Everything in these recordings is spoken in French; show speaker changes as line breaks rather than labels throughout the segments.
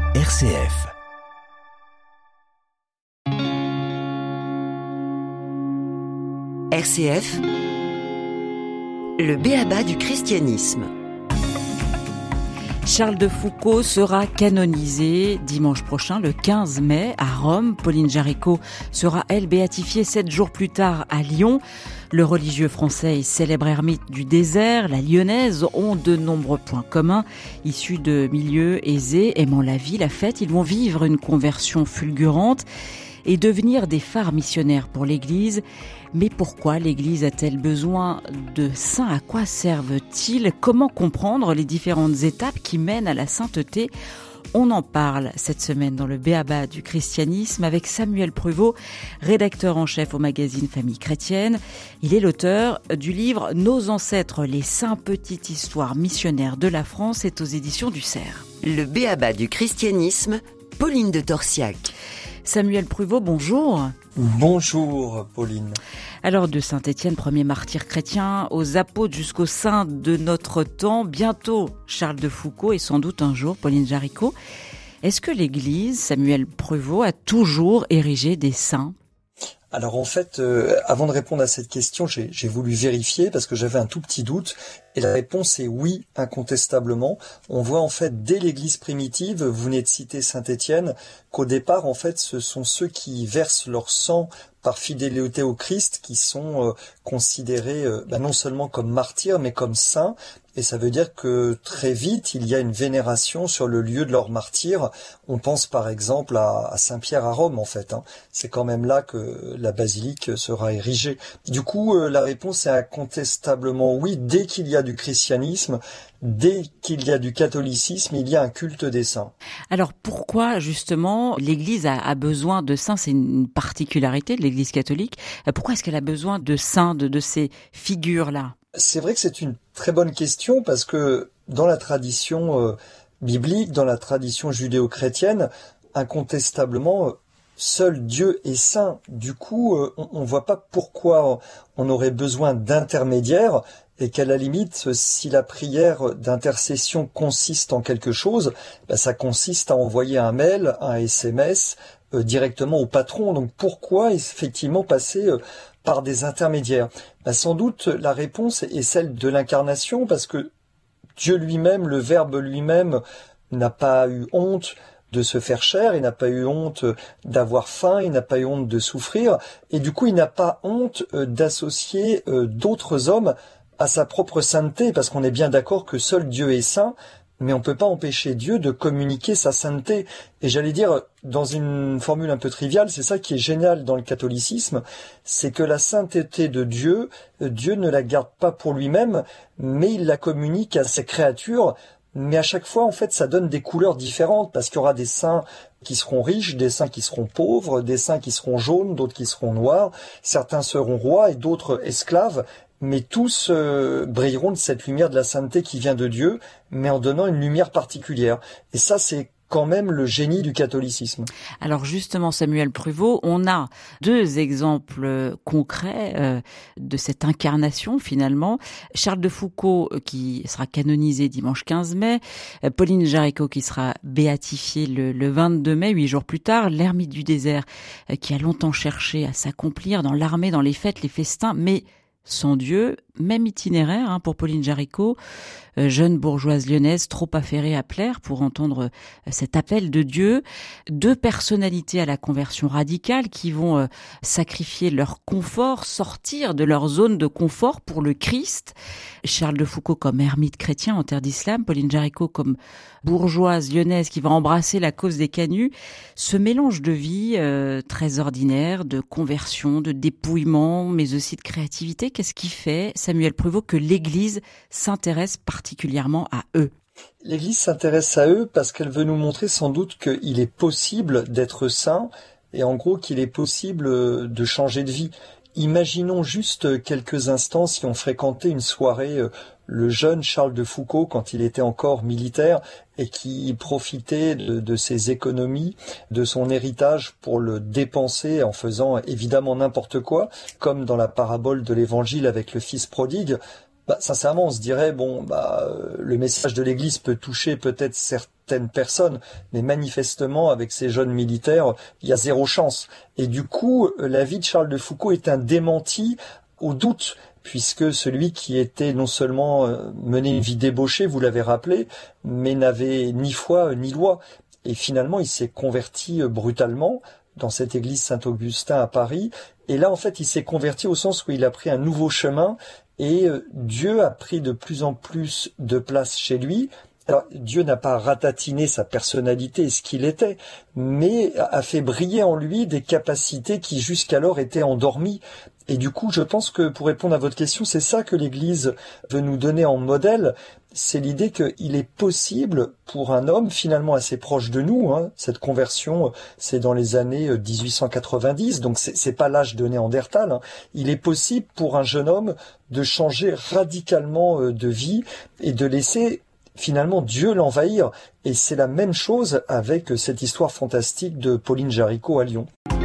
RCF.
RCF, le b.a.-ba du christianisme.
Charles de Foucauld sera canonisé dimanche prochain, le 15 mai, à Rome. Pauline Jaricot sera, elle, béatifiée 7 jours plus tard à Lyon. Le religieux français et célèbre ermite du désert, la lyonnaise, ont de nombreux points communs. Issus de milieux aisés, aimant la vie, la fête, ils vont vivre une conversion fulgurante et devenir des phares missionnaires pour l'Église. Mais pourquoi l'Église a-t-elle besoin de saints ? À quoi servent-ils ? Comment comprendre les différentes étapes qui mènent à la sainteté ? On en parle cette semaine dans le b.a.-ba du christianisme avec Samuel Pruvot, rédacteur en chef au magazine Famille chrétienne. Il est l'auteur du livre « Nos ancêtres, les saints, petite histoire missionnaire de la France » c'est aux éditions du Cerf.
Le b.a.-ba du christianisme, Pauline de Torsiac.
Samuel Pruvot, bonjour.
Bonjour Pauline.
Alors de Saint-Étienne, premier martyr chrétien, aux apôtres jusqu'aux saints de notre temps, bientôt Charles de Foucauld et sans doute un jour Pauline Jaricot. Est-ce que l'Église, Samuel Pruvot, a toujours érigé des saints ?
Alors en fait, avant de répondre à cette question, j'ai voulu vérifier parce que j'avais un tout petit doute. Et la réponse est oui, incontestablement. On voit en fait dès l'Église primitive, vous venez de citer Saint-Étienne, qu'au départ en fait ce sont ceux qui versent leur sang par fidélité au Christ qui sont considérés non seulement comme martyrs mais comme saints. Et ça veut dire que très vite, il y a une vénération sur le lieu de leur martyre. On pense par exemple à Saint-Pierre à Rome en fait. C'est quand même là que la basilique sera érigée. Du coup, la réponse est incontestablement oui. Dès qu'il y a du christianisme, dès qu'il y a du catholicisme, il y a un culte des saints.
Alors pourquoi justement l'Église a besoin de saints ? C'est une particularité de l'Église catholique. Pourquoi est-ce qu'elle a besoin de saints, de ces figures-là ?
C'est vrai que c'est une très bonne question parce que dans la tradition biblique, dans la tradition judéo-chrétienne, incontestablement, seul Dieu est saint. Du coup, on ne voit pas pourquoi on aurait besoin d'intermédiaires et qu'à la limite, si la prière d'intercession consiste en quelque chose, ça consiste à envoyer un mail, un SMS directement au patron. Donc pourquoi effectivement passer par des intermédiaires ? Sans doute la réponse est celle de l'incarnation parce que Dieu lui-même, le Verbe lui-même, n'a pas eu honte de se faire chair, il n'a pas eu honte d'avoir faim, il n'a pas eu honte de souffrir, et du coup il n'a pas honte d'associer d'autres hommes à sa propre sainteté, parce qu'on est bien d'accord que seul Dieu est saint, mais on ne peut pas empêcher Dieu de communiquer sa sainteté. Et j'allais dire, dans une formule un peu triviale, c'est ça qui est génial dans le catholicisme, c'est que la sainteté de Dieu, Dieu ne la garde pas pour lui-même, mais il la communique à ses créatures. Mais à chaque fois, en fait, ça donne des couleurs différentes, parce qu'il y aura des saints qui seront riches, des saints qui seront pauvres, des saints qui seront jaunes, d'autres qui seront noirs, certains seront rois et d'autres esclaves, mais tous brilleront de cette lumière de la sainteté qui vient de Dieu, mais en donnant une lumière particulière. Et ça, c'est quand même le génie du catholicisme.
Alors justement, Samuel Pruvot, on a 2 exemples concrets de cette incarnation finalement. Charles de Foucauld qui sera canonisé dimanche 15 mai, Pauline Jaricot qui sera béatifiée le 22 mai, 8 jours plus tard, l'ermite du désert qui a longtemps cherché à s'accomplir dans l'armée, dans les fêtes, les festins, mais sans Dieu, même itinéraire pour Pauline Jaricot, jeune bourgeoise lyonnaise trop affairée à plaire pour entendre cet appel de Dieu. 2 personnalités à la conversion radicale qui vont sacrifier leur confort, sortir de leur zone de confort pour le Christ. Charles de Foucauld comme ermite chrétien en terre d'islam, Pauline Jaricot comme bourgeoise lyonnaise qui va embrasser la cause des canuts. Ce mélange de vie très ordinaire, de conversion, de dépouillement, mais aussi de créativité, qu'est-ce qui fait, Samuel Pruvot, que l'Église s'intéresse particulièrement à eux ?
L'Église s'intéresse à eux parce qu'elle veut nous montrer sans doute qu'il est possible d'être saint et en gros qu'il est possible de changer de vie. Imaginons juste quelques instants si on fréquentait une soirée, le jeune Charles de Foucauld quand il était encore militaire et qui profitait de ses économies, de son héritage pour le dépenser en faisant évidemment n'importe quoi, comme dans la parabole de l'Évangile avec le fils prodigue. Sincèrement, on se dirait, le message de l'Église peut toucher peut-être certaines personnes, mais manifestement, avec ces jeunes militaires, il y a zéro chance. Et du coup, la vie de Charles de Foucauld est un démenti au doute, puisque celui qui était non seulement mené une vie débauchée, vous l'avez rappelé, mais n'avait ni foi ni loi. Et finalement, il s'est converti brutalement dans cette église Saint-Augustin à Paris. Et là, en fait, il s'est converti au sens où il a pris un nouveau chemin. Et Dieu a pris de plus en plus de place chez lui. Alors, Dieu n'a pas ratatiné sa personnalité et ce qu'il était, mais a fait briller en lui des capacités qui jusqu'alors étaient endormies. Et du coup, je pense que pour répondre à votre question, c'est ça que l'Église veut nous donner en modèle. C'est l'idée qu'il est possible pour un homme finalement assez proche de nous, cette conversion, c'est dans les années 1890, donc c'est pas l'âge de Néandertal, il est possible pour un jeune homme de changer radicalement de vie et de laisser finalement Dieu l'envahir. Et c'est la même chose avec cette histoire fantastique de Pauline Jaricot à Lyon.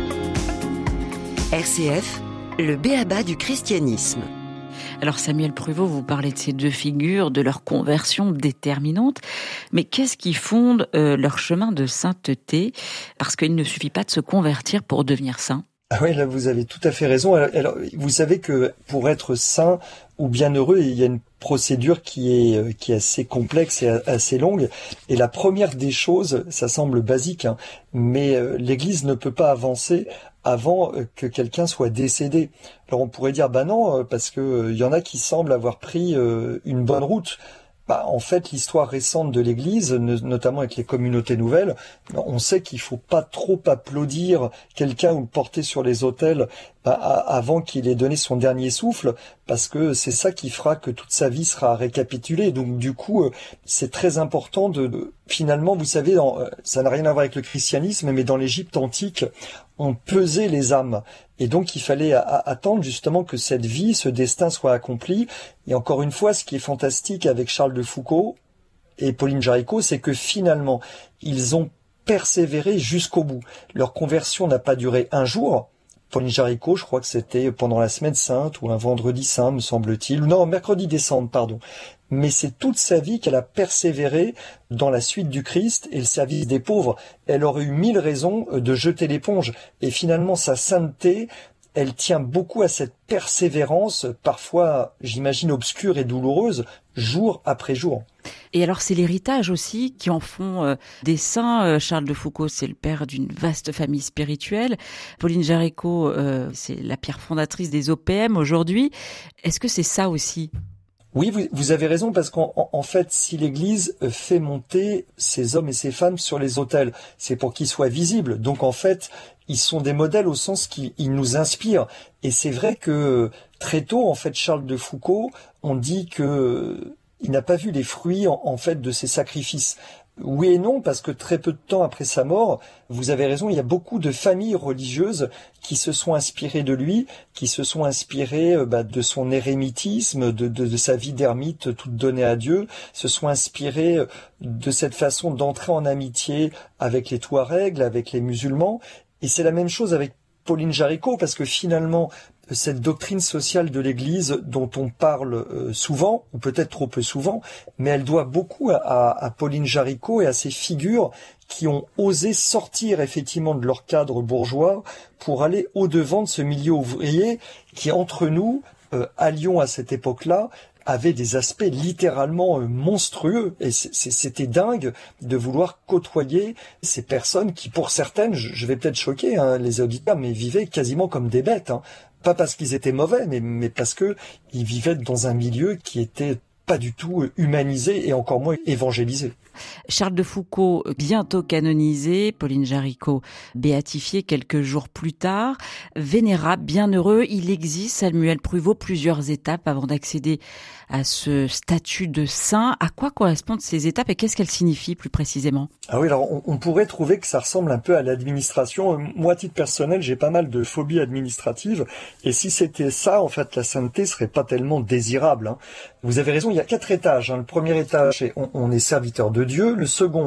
RCF, le b.a.-ba du christianisme.
Alors Samuel Pruvot, vous parlez de ces deux figures, de leur conversion déterminante, mais qu'est-ce qui fonde leur chemin de sainteté? Parce qu'il ne suffit pas de se convertir pour devenir saint.
Ah oui, là vous avez tout à fait raison. Alors, vous savez que pour être saint ou bienheureux, il y a une procédure qui est assez complexe et assez longue. Et la première des choses, ça semble basique, mais l'Église ne peut pas avancer avant que quelqu'un soit décédé. Alors on pourrait dire non, parce que il y en a qui semblent avoir pris une bonne route. En fait, l'histoire récente de l'Église, notamment avec les communautés nouvelles, on sait qu'il faut pas trop applaudir quelqu'un ou le porter sur les autels avant qu'il ait donné son dernier souffle, parce que c'est ça qui fera que toute sa vie sera récapitulée. Donc du coup, c'est très important finalement, vous savez, ça n'a rien à voir avec le christianisme, mais dans l'Égypte antique, on pesait les âmes. Et donc, il fallait attendre justement que cette vie, ce destin soit accompli. Et encore une fois, ce qui est fantastique avec Charles de Foucauld et Pauline Jaricot, c'est que finalement, ils ont persévéré jusqu'au bout. Leur conversion n'a pas duré un jour. Pauline Jaricot, je crois que c'était pendant la semaine sainte ou un vendredi saint, me semble-t-il. Non, mercredi des cendres, pardon. Mais c'est toute sa vie qu'elle a persévéré dans la suite du Christ et le service des pauvres. Elle aurait eu 1000 raisons de jeter l'éponge. Et finalement, sa sainteté, elle tient beaucoup à cette persévérance, parfois, j'imagine, obscure et douloureuse, jour après jour.
Et alors, c'est l'héritage aussi qui en font des saints. Charles de Foucauld, c'est le père d'une vaste famille spirituelle. Pauline Jaricot, c'est la pierre fondatrice des OPM aujourd'hui. Est-ce que c'est ça aussi ?
Oui, vous avez raison, parce qu'en fait, si l'Église fait monter ces hommes et ces femmes sur les autels, c'est pour qu'ils soient visibles. Donc en fait, ils sont des modèles au sens qu'ils nous inspirent. Et c'est vrai que très tôt, en fait, Charles de Foucauld, on dit que il n'a pas vu les fruits en fait de ses sacrifices. Oui et non, parce que très peu de temps après sa mort, vous avez raison, il y a beaucoup de familles religieuses qui se sont inspirées de lui, qui se sont inspirées de son érémitisme, de sa vie d'ermite toute donnée à Dieu, se sont inspirées de cette façon d'entrer en amitié avec les Touaregs, avec les musulmans. Et c'est la même chose avec Pauline Jaricot, parce que finalement, cette doctrine sociale de l'Église dont on parle souvent, ou peut-être trop peu souvent, mais elle doit beaucoup à Pauline Jaricot et à ces figures qui ont osé sortir effectivement de leur cadre bourgeois pour aller au-devant de ce milieu ouvrier qui, entre nous, à Lyon à cette époque-là, avait des aspects littéralement monstrueux. Et c'était dingue de vouloir côtoyer ces personnes qui, pour certaines, je vais peut-être choquer les auditeurs, mais vivaient quasiment comme des bêtes. Pas parce qu'ils étaient mauvais, mais parce que ils vivaient dans un milieu qui était pas du tout humanisé et encore moins évangélisé.
Charles de Foucauld, bientôt canonisé, Pauline Jaricot, béatifiée quelques jours plus tard, vénérable, bienheureux, il existe, Samuel Pruvot, plusieurs étapes avant d'accéder à ce statut de saint. À quoi correspondent ces étapes et qu'est-ce qu'elles signifient plus précisément ?
Ah oui, alors on pourrait trouver que ça ressemble un peu à l'administration. Moi, à titre personnel, j'ai pas mal de phobies administratives et si c'était ça, en fait, la sainteté serait pas tellement désirable. Vous avez raison, il y a 4 étages. Le premier étage, on est serviteur de Dieu. Le second,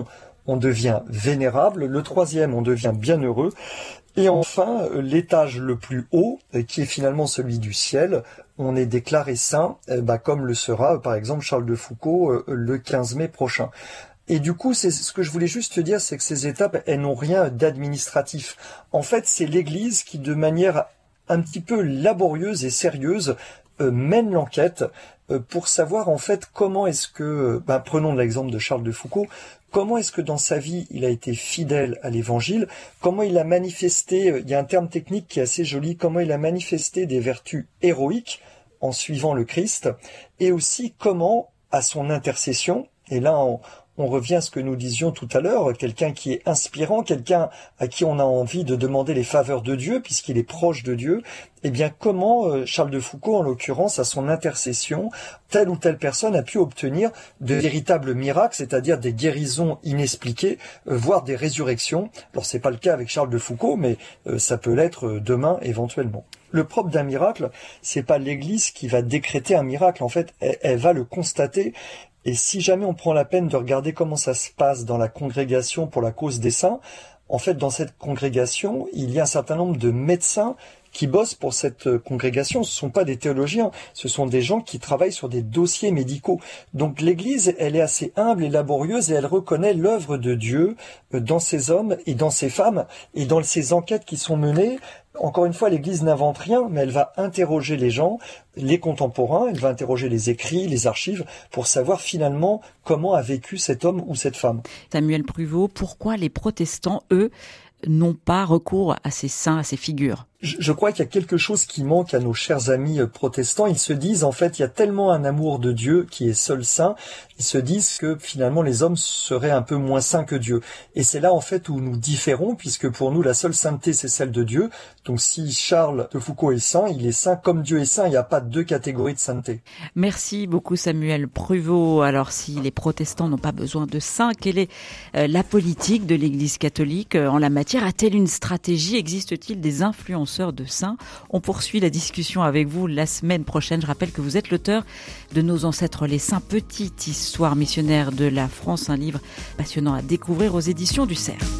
on devient vénérable. Le troisième, on devient bienheureux. Et enfin, l'étage le plus haut, qui est finalement celui du ciel, on est déclaré saint, comme le sera par exemple Charles de Foucault le 15 mai prochain. Et du coup, c'est ce que je voulais juste te dire, c'est que ces étapes, elles n'ont rien d'administratif. En fait, c'est l'Église qui, de manière un petit peu laborieuse et sérieuse, mène l'enquête pour savoir en fait comment est-ce que, prenons l'exemple de Charles de Foucault, comment est-ce que dans sa vie il a été fidèle à l'Évangile, comment il a manifesté, il y a un terme technique qui est assez joli, comment il a manifesté des vertus héroïques en suivant le Christ, et aussi comment, à son intercession, et là on revient à ce que nous disions tout à l'heure, quelqu'un qui est inspirant, quelqu'un à qui on a envie de demander les faveurs de Dieu, puisqu'il est proche de Dieu, eh bien comment Charles de Foucault, en l'occurrence, à son intercession, telle ou telle personne a pu obtenir de véritables miracles, c'est-à-dire des guérisons inexpliquées, voire des résurrections. Alors c'est pas le cas avec Charles de Foucault, mais ça peut l'être demain éventuellement. Le propre d'un miracle, c'est pas l'Église qui va décréter un miracle, en fait, elle va le constater. Et si jamais on prend la peine de regarder comment ça se passe dans la congrégation pour la cause des saints, en fait, dans cette congrégation, il y a un certain nombre de médecins qui bossent pour cette congrégation. Ce ne sont pas des théologiens, ce sont des gens qui travaillent sur des dossiers médicaux. Donc l'Église, elle est assez humble et laborieuse et elle reconnaît l'œuvre de Dieu dans ces hommes et dans ces femmes et dans ces enquêtes qui sont menées. Encore une fois, l'Église n'invente rien, mais elle va interroger les gens, les contemporains, elle va interroger les écrits, les archives, pour savoir finalement comment a vécu cet homme ou cette femme.
Samuel Pruvot, pourquoi les protestants, eux, n'ont pas recours à ces saints, à ces figures?
Je crois qu'il y a quelque chose qui manque à nos chers amis protestants. Ils se disent, en fait, il y a tellement un amour de Dieu qui est seul saint, ils se disent que finalement les hommes seraient un peu moins saints que Dieu. Et c'est là, en fait, où nous différons, puisque pour nous, la seule sainteté, c'est celle de Dieu. Donc si Charles de Foucault est saint, il est saint comme Dieu est saint. Il n'y a pas deux catégories de sainteté.
Merci beaucoup Samuel Pruvot. Alors si les protestants n'ont pas besoin de saints, quelle est la politique de l'Église catholique en la matière? A-t-elle une stratégie? Existe-t-il des influenceurs de saints? On poursuit la discussion avec vous la semaine prochaine. Je rappelle que vous êtes l'auteur de Nos ancêtres les saints, petite histoire missionnaire de la France, un livre passionnant à découvrir aux éditions du Cerf.